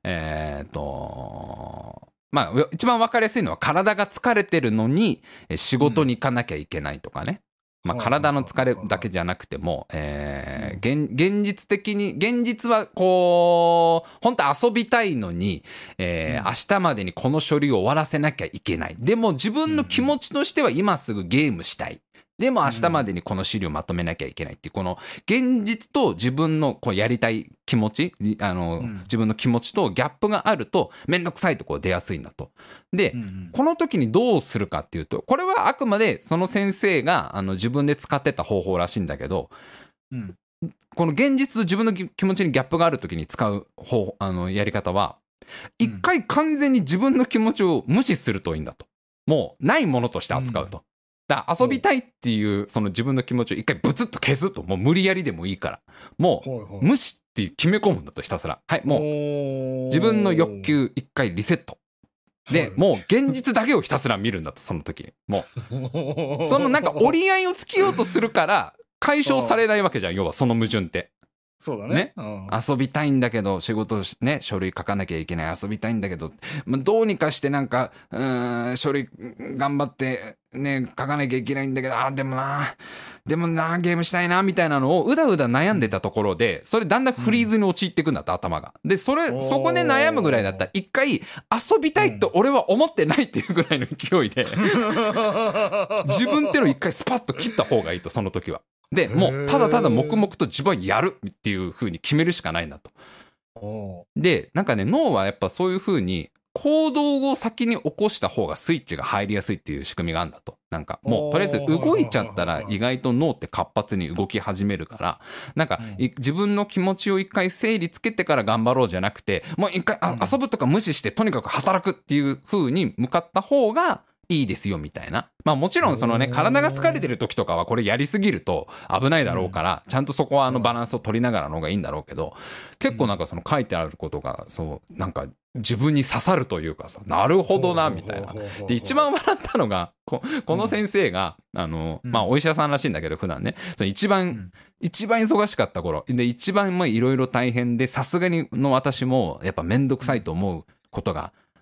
まあ、一番わかりやすいのは体が疲れてるのに仕事に行かなきゃいけないとかね。まあ、体の疲れだけじゃなくても、現実的に、現実はこう、本当遊びたいのに、明日までにこの書類を終わらせなきゃいけない。でも自分の気持ちとしては今すぐゲームしたい。でも明日までにこの資料まとめなきゃいけないっていう、この現実と自分のこうやりたい気持ち、自分の気持ちとギャップがあるとめんどくさいとこう出やすいんだと。で、この時にどうするかっていうと、これはあくまでその先生が自分で使ってた方法らしいんだけど、この現実と自分の気持ちにギャップがある時に使うやり方は、一回完全に自分の気持ちを無視するといいんだと。もうないものとして扱うと。だ遊びたいっていうその自分の気持ちを一回ブツッと消すと、もう無理やりでもいいからもう無視って決め込むんだと、ひたすら。はい、もう自分の欲求一回リセットで、もう現実だけをひたすら見るんだと、その時にもうそのなんか折り合いをつけようとするから解消されないわけじゃん、要はその矛盾って。 そうだね。 遊びたいんだけど、仕事ね、書類書かなきゃいけない、遊びたいんだけど、どうにかしてなんか、書類頑張ってね、書かなきゃいけないんだけど、でもな、ゲームしたいな、みたいなのをうだうだ悩んでたところで、それだんだんフリーズに陥っていくんだって、頭が。で、そこで悩むぐらいだったら、一回遊びたいと俺は思ってないっていうぐらいの勢いで、自分ってのを一回スパッと切った方がいいと、その時は。で、もうただただ黙々と自分はやるっていう風に決めるしかないんだと。で、なんかね、脳はやっぱそういう風に行動を先に起こした方がスイッチが入りやすいっていう仕組みがあるんだと。なんかもうとりあえず動いちゃったら意外と脳って活発に動き始めるから、なんか自分の気持ちを一回整理つけてから頑張ろうじゃなくて、もう一回遊ぶとか無視してとにかく働くっていう風に向かった方がいいですよみたいな。まあもちろんそのね、体が疲れてる時とかはこれやりすぎると危ないだろうから、ちゃんとそこはバランスを取りながらの方がいいんだろうけど、結構なんかその書いてあることがそうなんか自分に刺さるというかさ、なるほどなみたいな。で、一番笑ったのがこの先生がまあお医者さんらしいんだけど、普段ね、その一番忙しかった頃で、一番いろいろ大変で、さすがにの私もやっぱめんどくさいと思うことが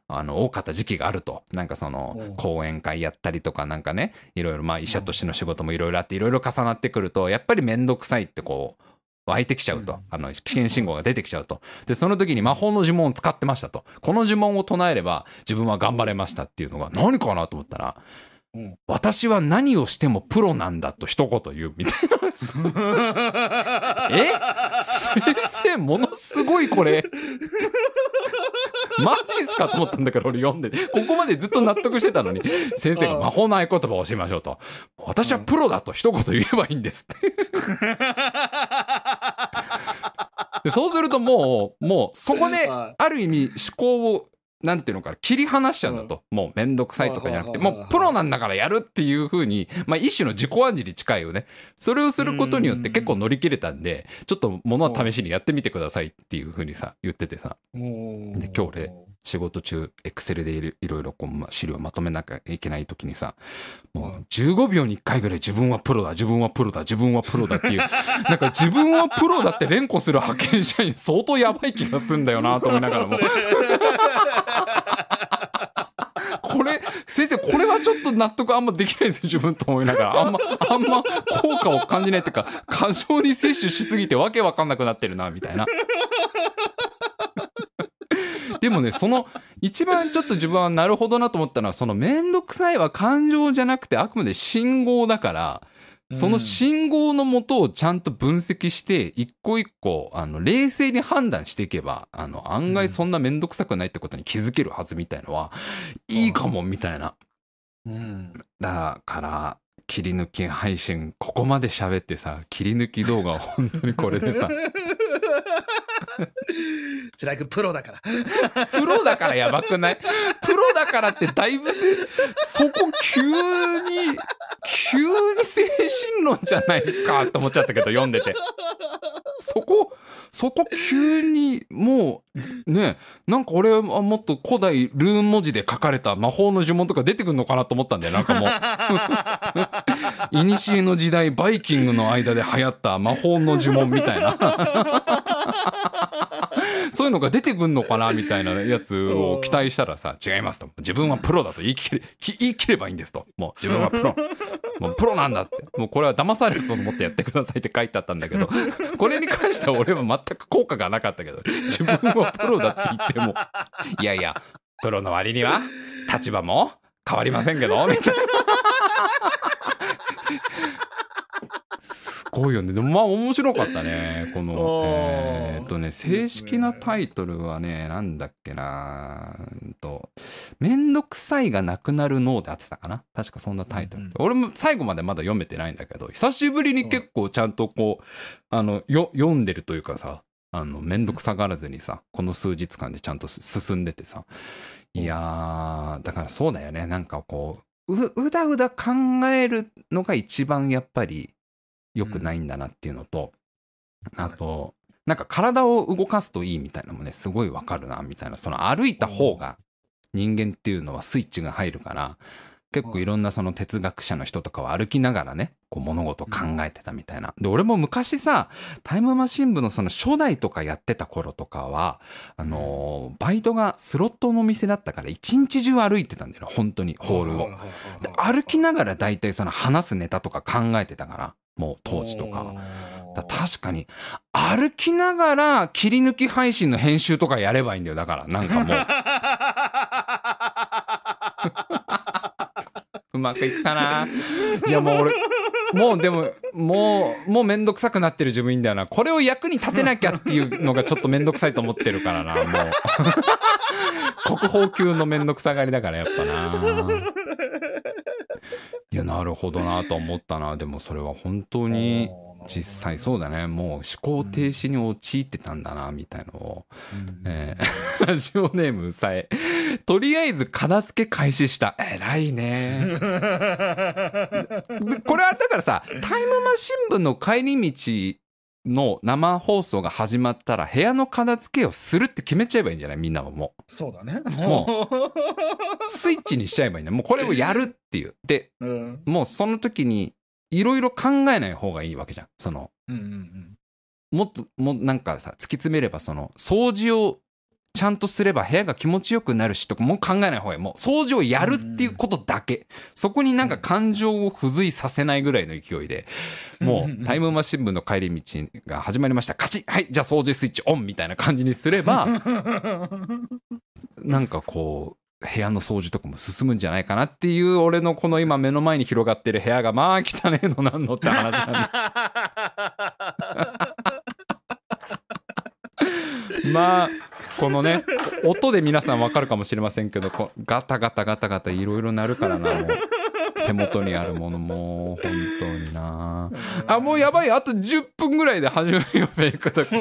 多かった時期があると。なんかその講演会やったりとかなんかね、いろいろまあ医者としての仕事もいろいろあっていろいろ重なってくると、やっぱりめんどくさいってこう湧いてきちゃうと、危険信号が出てきちゃうと。でその時に魔法の呪文を使ってましたと。この呪文を唱えれば自分は頑張れましたっていうのが何かなと思ったら、私は何をしてもプロなんだと一言言うみたいな。先生ものすごいこれマジっすかと思ったんだから俺読んでここまでずっと納得してたのに先生が魔法の合言葉を教えましょうと、私はプロだと一言言えばいいんですってでそうするともうそこである意味思考をなんていうのかな切り離しちゃうんだと、もうめんどくさいとかじゃなくて、もうプロなんだからやるっていう風に、まあ一種の自己暗示に近いよね。それをすることによって結構乗り切れたんで、ちょっとものは試しにやってみてくださいっていう風にさ言っててさ、で今日俺仕事中エクセルでいろいろこう資料まとめなきゃいけない時にさ、もう15秒に1回ぐらい自分はプロだ自分はプロだ自分はプロだっていうなんか自分はプロだって連呼する派遣社員相当やばい気がするんだよなと思いながらもこれ先生これはちょっと納得あんまできないです自分と思いながらあんま効果を感じないっていうか過剰に摂取しすぎてわけわかんなくなってるなみたいなでもねその一番ちょっと自分はなるほどなと思ったのは、そのめんどくさいは感情じゃなくてあくまで信号だから、その信号のもとをちゃんと分析して一個一個冷静に判断していけば案外そんなめんどくさくないってことに気づけるはずみたいのはいいかもみたいな、だから切り抜き配信ここまで喋ってさ、切り抜き動画は本当にこれでさ白井君プロだからプロだからやばくない？プロだからってだいぶそこ急に精神論じゃないですかって思っちゃったけど読んでてそこ急にもうね、なんか俺はもっと古代ルーン文字で書かれた魔法の呪文とか出てくるのかなと思ったんだよ。なんかもう古の時代バイキングの間で流行った魔法の呪文みたいなそういうのが出てくんのかなみたいなやつを期待したらさ、違いますと、自分はプロだと言い切ればいいんですと、もう自分はプロもうプロなんだって、もうこれは騙されると思ってやってくださいって書いてあったんだけどこれに関しては俺は全く効果がなかったけど、自分はプロだって言ってもいやいやプロの割には立場も変わりませんけどみたいなすごいよね。でもまあ面白かったねこの正式なタイトルはね、なんだっけな、めんどくさいがなくなる脳であってたかな、確かそんなタイトル、俺も最後までまだ読めてないんだけど、久しぶりに結構ちゃんとこう読んでるというかさ、めんどくさがらずにさ、この数日間でちゃんと進んでてさ、いやーだからそうだよね、なんかこうだうだ考えるのが一番やっぱり良くないんだなっていうのと、あとなんか体を動かすといいみたいなのもねすごいわかるなみたいな、その歩いた方が人間っていうのはスイッチが入るから、結構いろんなその哲学者の人とかは歩きながらねこう物事を考えてたみたいな。で俺も昔さタイムマシン部のその初代とかやってた頃とかはバイトがスロットの店だったから一日中歩いてたんだよ本当にホールを。で歩きながら大体その話すネタとか考えてたから、もう当時とかは。確かに歩きながら切り抜き配信の編集とかやればいいんだよ。だからなんかもううまくいくかな。いやもう俺もうでももうめんどくさくなってる自分いいんだよな。これを役に立てなきゃっていうのがちょっとめんどくさいと思ってるからな、もう国宝級のめんどくさがりだからやっぱな。いやなるほどなと思ったな。でもそれは本当に実際そうだね、もう思考停止に陥ってたんだなみたいのを、ラジオネームさえとりあえず片付け開始した。偉いねこれはだからさ、タイムマシン部の帰り道の生放送が始まったら部屋の片付けをするって決めちゃえばいいんじゃない？みんなももう。 そうだね。 もうスイッチにしちゃえばいいんだ。もうこれをやるっていう。で、もうその時にいろいろ考えない方がいいわけじゃん。その、もっとなんかさ突き詰めればその掃除をちゃんとすれば部屋が気持ちよくなるしとかもう考えない方がいい。もう掃除をやるっていうことだけ。そこになんか感情を付随させないぐらいの勢いで、もうタイムマシン部の帰り道が始まりました。カチッ、はい、じゃあ掃除スイッチオンみたいな感じにすれば、なんかこう、部屋の掃除とかも進むんじゃないかなっていう、俺のこの今目の前に広がってる部屋がまあ汚ねえのなんのって話なんで。まあこのね音で皆さん分かるかもしれませんけど、ガタガタガタガタいろいろなるからな。もう手元にあるものも本当になあ。もうやばい、あと10分ぐらいで始めるよメイクとか。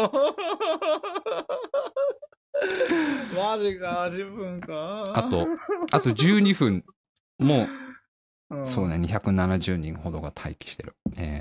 マジか、10分か。 あと12分。もう、そうね、270人ほどが待機してる。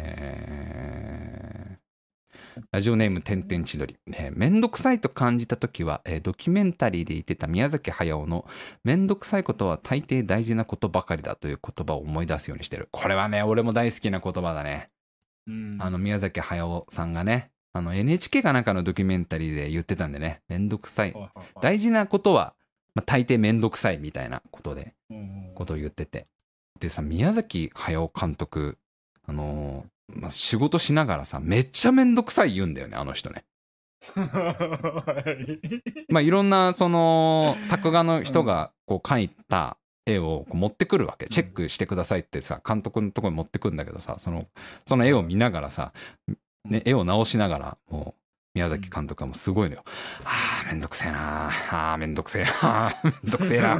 ラジオネームてんてん千鳥。めんどくさいと感じたときは、ドキュメンタリーで言ってた宮崎駿のめんどくさいことは大抵大事なことばかりだという言葉を思い出すようにしてる。これはね、俺も大好きな言葉だね。宮崎駿さんがね、NHK かなんかのドキュメンタリーで言ってたんでね、めんどくさい。大事なことは、大抵めんどくさいみたいなことで、ことを言ってて。でさ、宮崎駿監督、仕事しながらさ、めっちゃめんどくさい言うんだよね、あの人ね。いろんな、作画の人がこう描いた絵をこう持ってくるわけ。チェックしてくださいってさ、監督のところに持ってくるんだけどさ、その絵を見ながらさ、ね、絵を直しながら、もう、宮崎監督はもうすごいのよ。めんどくせえなめんどくせえなめんどくせえな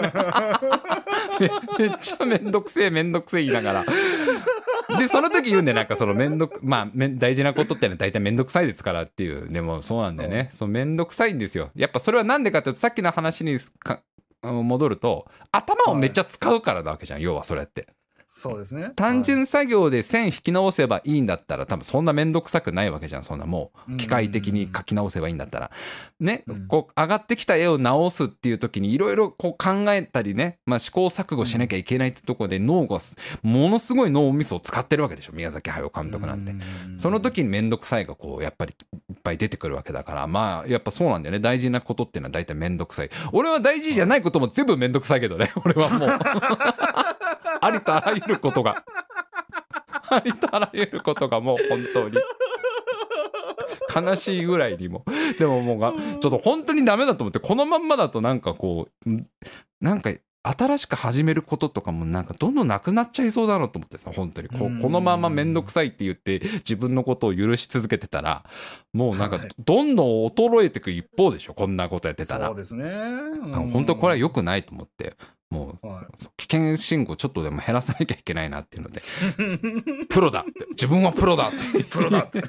めっちゃめんどくせえ言いながら。で、その時言うんで、なんか大事なことってのは大体めんどくさいですからっていう。でもそうなんだよね。めんどくさいんですよ。やっぱそれはなんでかっていうと、さっきの話に戻ると、頭をめっちゃ使うからなわけじゃん、要はそれって。 そうですね。 単純作業で線引き直せばいいんだったら、多分そんなめんどくさくないわけじゃん。そんなもう機械的に書き直せばいいんだったらね、こう上がってきた絵を直すっていう時にいろいろこう考えたりね、試行錯誤しなきゃいけないってところで脳がものすごい脳みそを使ってるわけでしょ、宮崎駿監督なんて。その時にめんどくさいがこうやっぱりいっぱい出てくるわけだから、やっぱそうなんだよね。大事なことっていうのは大体めんどくさい。俺は大事じゃないことも全部めんどくさいけどね、俺はもうありとあらゆることがもう本当に悲しいぐらいにも。でももうちょっと本当にダメだと思って、このまんまだとなんかこうなんか新しく始めることとかもなんかどんどんなくなっちゃいそうだなと思ってさ、本当にこのままめんどくさいって言って自分のことを許し続けてたら、もうなんかどんどん衰えていく一方でしょ、こんなことやってたら。 そうですね。 本当これは良くないと思って、もう危険信号ちょっとでも減らさなきゃいけないなっていうのでプロだって、自分はプロだってプロだって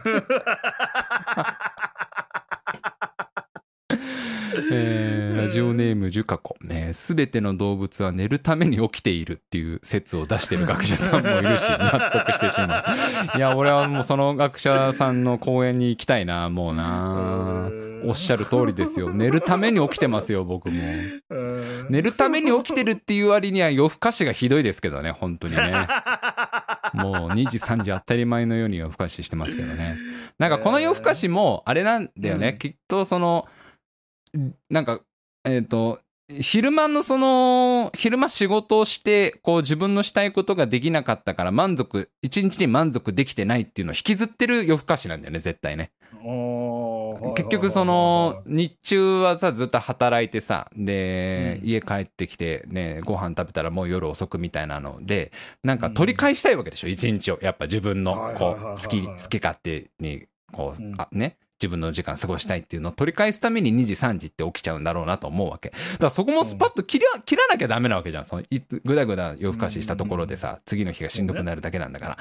ラジオネームジュカコ、すべての動物は寝るために起きているっていう説を出してる学者さんもいるし納得してしまう。いや俺はもうその学者さんの講演に行きたいな、もうな。おっしゃる通りですよ。寝るために起きてますよ、僕も。寝るために起きてるっていう割には夜更かしがひどいですけどね、本当にね。もう2時3時当たり前のように夜更かししてますけどね。なんかこの夜更かしもあれなんだよね、きっとなんか昼間仕事をしてこう自分のしたいことができなかったから一日に満足できてないっていうのを引きずってる夜更かしなんだよね、絶対ね。結局日中はさずっと働いてさ、で、家帰ってきてね、ご飯食べたらもう夜遅くみたいなので、なんか取り返したいわけでしょ、一日を。やっぱ自分のこう好き勝手にこうね、自分の時間過ごしたいっていうのを取り返すために2時3時って起きちゃうんだろうなと思うわけだから、そこもスパッと切らなきゃダメなわけじゃん。ぐだぐだ夜更かししたところでさ、次の日がしんどくなるだけなんだから。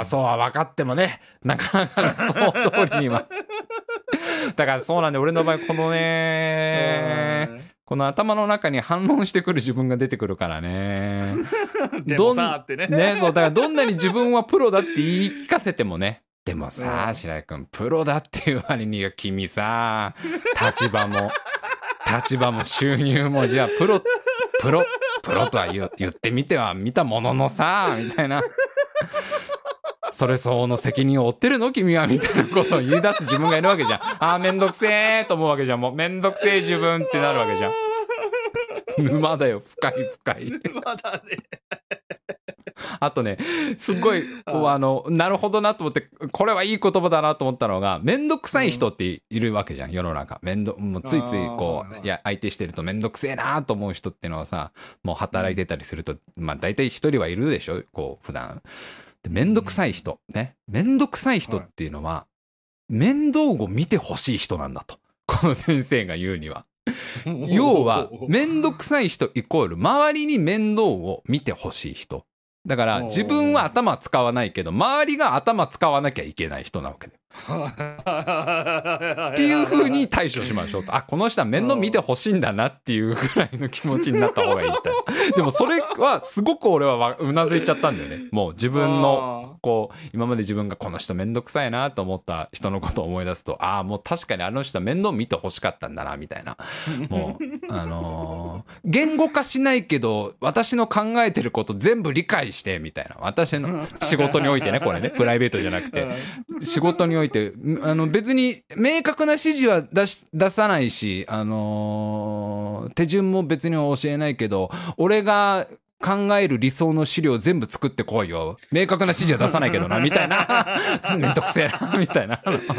そうは分かってもね、なかなかその通りにはだからそうなんで、俺の場合この頭の中に反論してくる自分が出てくるからね。 でもさってね。 そうだから、どんなに自分はプロだって言い聞かせてもね、でもさ、白井君プロだっていう割には君さ、立場も収入もじゃあプロとは言ってみては見たもののさみたいな。 それ相応の責任を負ってるの君はみたいなことを言い出す自分がいるわけじゃん。あーめんどくせーと思うわけじゃん。もうめんどくせー自分ってなるわけじゃん。沼だよ、深い深い。 まだね。 あとね、すっごいなるほどなと思って、これはいい言葉だなと思ったのが、めんどくさい人っているわけじゃん、世の中。もうついついこう相手してるとめんどくせえなと思う人っていうのはさ、もう働いてたりすると、まあ大体一人はいるでしょ、こう普段。で、めんどくさい人ね、めんどくさい人っていうのは、面倒を見てほしい人なんだと、この先生が言うには。要はめんどくさい人イコール周りに面倒を見てほしい人だから、自分は頭使わないけど周りが頭使わなきゃいけない人なわけでっていう風に対処しましょうと。あ、この人は面倒見てほしいんだなっていうぐらいの気持ちになった方がいいと。でもそれはすごく俺はうなずいちゃったんだよね。もう自分のこう今まで自分がこの人面倒くさいなと思った人のことを思い出すと、ああもう確かにあの人は面倒見てほしかったんだなみたいな。もう言語化しないけど私の考えてること全部理解してみたいな。私の仕事においてね、これね、プライベートじゃなくて仕事において別に明確な指示は出さないし、手順も別に教えないけど、俺が考える理想の資料全部作ってこいよ、明確な指示は出さないけどなみたいなめんどくせえなみたいな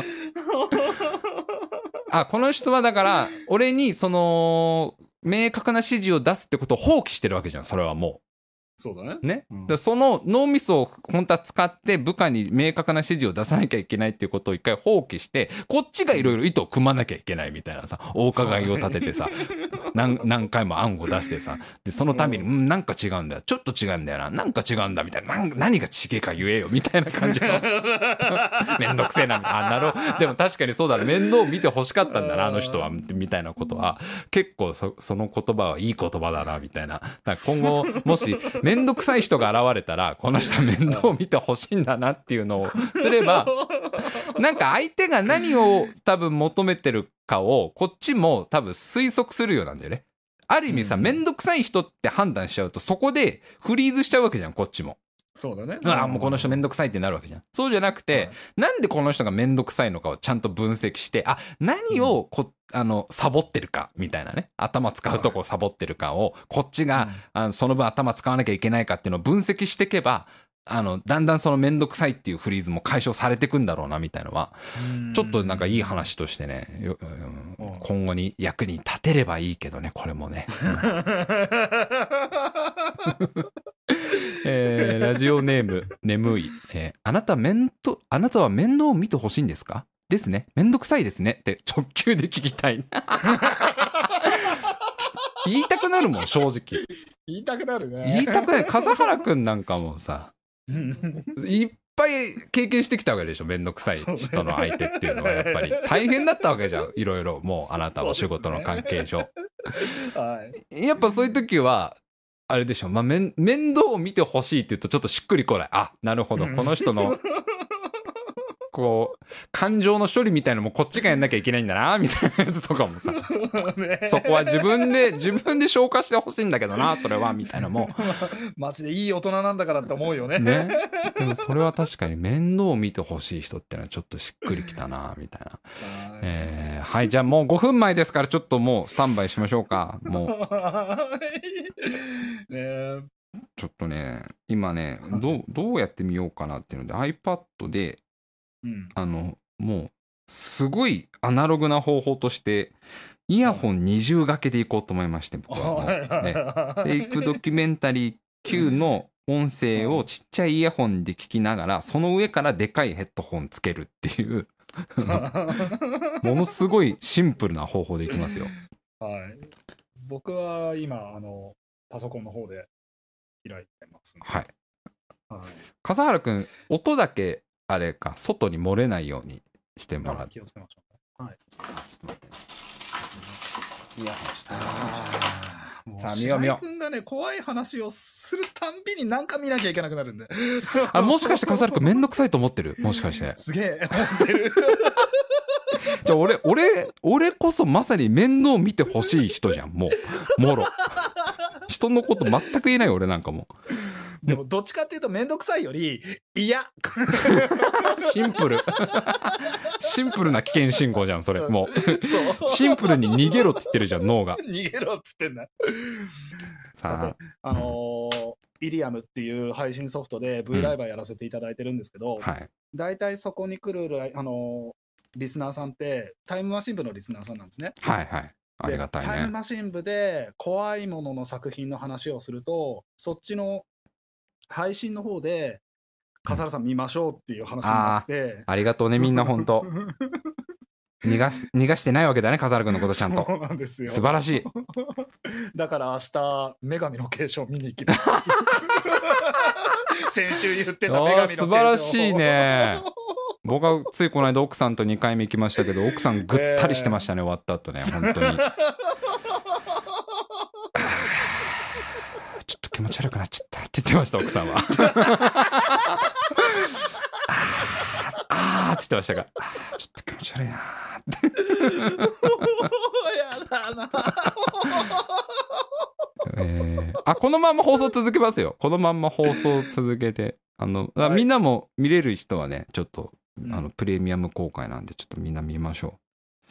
あ、この人はだから俺にその明確な指示を出すってことを放棄してるわけじゃん、それはもう。 そうだね。 ね、でその脳みそを本当は使って部下に明確な指示を出さなきゃいけないっていうことを一回放棄して、こっちがいろいろ意図を組まなきゃいけないみたいなさ、お伺いを立ててさ何回も案を出してさ、でそのたびになんか違うんだよ、ちょっと違うんだよな、なんか違うんだみたいな、何が違えか言えよみたいな感じのめんどくせえなみたいな。なるほど、でも確かにそうだな、面倒を見て欲しかったんだなあの人はみたいなことは結構その言葉はいい言葉だなみたいな。だから今後もしめんどくさい人が現れたら、この人は面倒を見てほしいんだなっていうのをすれば、なんか相手が何を多分求めてるかをこっちも多分推測するようなんだよね。ある意味さ、めんどくさい人って判断しちゃうとそこでフリーズしちゃうわけじゃん、こっちも。 そうだね。 もうこの人めんどくさいってなるわけじゃん。そうじゃなくて、なんでこの人がめんどくさいのかをちゃんと分析して、何をサボってるかみたいなね、頭使うとこサボってるかをこっちが、その分頭使わなきゃいけないかっていうのを分析していけば、だんだんそのめんどくさいっていうフリーズも解消されていくんだろうなみたいなのは、ちょっとなんかいい話としてね、今後に役に立てればいいけどね、これもね。ラジオネーム眠い、あなたは面倒を見てほしいんですかですね、めんどくさいですねって直球で聞きたい言いたくなるもん、正直。 言いたくなるね。 言いたくない。笠原くんなんかもさいっぱい経験してきたわけでしょ、めんどくさい人の相手っていうのは。やっぱり大変だったわけじゃん、いろいろ。もうあなたは仕事の関係上、やっぱそういう時はあれでしょ、面倒を見てほしいって言うとちょっとしっくりこない。あ、なるほど、この人のこう感情の処理みたいなのもこっちがやんなきゃいけないんだなみたいなやつとかもさそこは自分で消化してほしいんだけどな、それはみたいなもマジでいい大人なんだからって思うよね。 ね。でもそれは確かに面倒を見てほしい人ってのはちょっとしっくりきたなみたいな。はい、じゃあもう5分前ですからちょっともうスタンバイしましょうか。もうちょっとね今ねどうやってみようかなっていうので iPad でもうすごいアナログな方法としてイヤホン二重掛けでいこうと思いまして、僕はもうねフェイクドキュメンタリー Q の音声をちっちゃいイヤホンで聞きながら、その上からでかいヘッドホンつけるっていうものすごいシンプルな方法でいきますよ。 はい、僕は今パソコンの方で開いてますね。 はい、笠原くん音だけあれか外に漏れないようにしてもらって。 気をつけましょう。はい。ちょっと待って。 イヤホンして。 さあ、白井くんがね、怖い話をするたんびになんか見なきゃいけなくなるんで。 もしかして笠原くんめんどくさいと思ってる？もしかして。 すげえ思ってる。 じゃあ俺こそまさに面倒見てほしい人じゃん、もうもろ。人のこと全く言えない俺なんかも。 でもどっちかっていうとめんどくさいより嫌。 シンプル。シンプルな危険信号じゃん、それ。もう。 そう。 シンプルに逃げろって言ってるじゃん、脳が。 逃げろっつってんだ。 さあ。 イリアムっていう配信ソフトで V ライバーやらせていただいてるんですけど、 はい。 大体そこに来るリスナーさんってタイムマシン部のリスナーさんなんですね。 はいはい。ありがたいタイムね。 マシン部で怖いものの作品の話をすると、そっちの配信の方で笠原さん見ましょうっていう話になって、 ありがとうね、みんな本当逃がしてないわけだね、笠原君のことちゃんと。 そうなんですよ。 素晴らしい。 だから明日女神の継承見に行きます。先週言ってた女神の継承。 素晴らしいね。僕はついこの間奥さんと2回目行きましたけど、奥さんぐったりしてましたね、終わった後ね、本当に。ちょっと気持ち悪くなっちゃったって言ってました、奥さんは。って言ってましたが、ちょっと気持ち悪いなーって。 やだな。 このまんま放送続けますよ。このまんま放送続けて、みんなも見れる人はね、ちょっとプレミアム公開なんで、ちょっとみんな見ましょ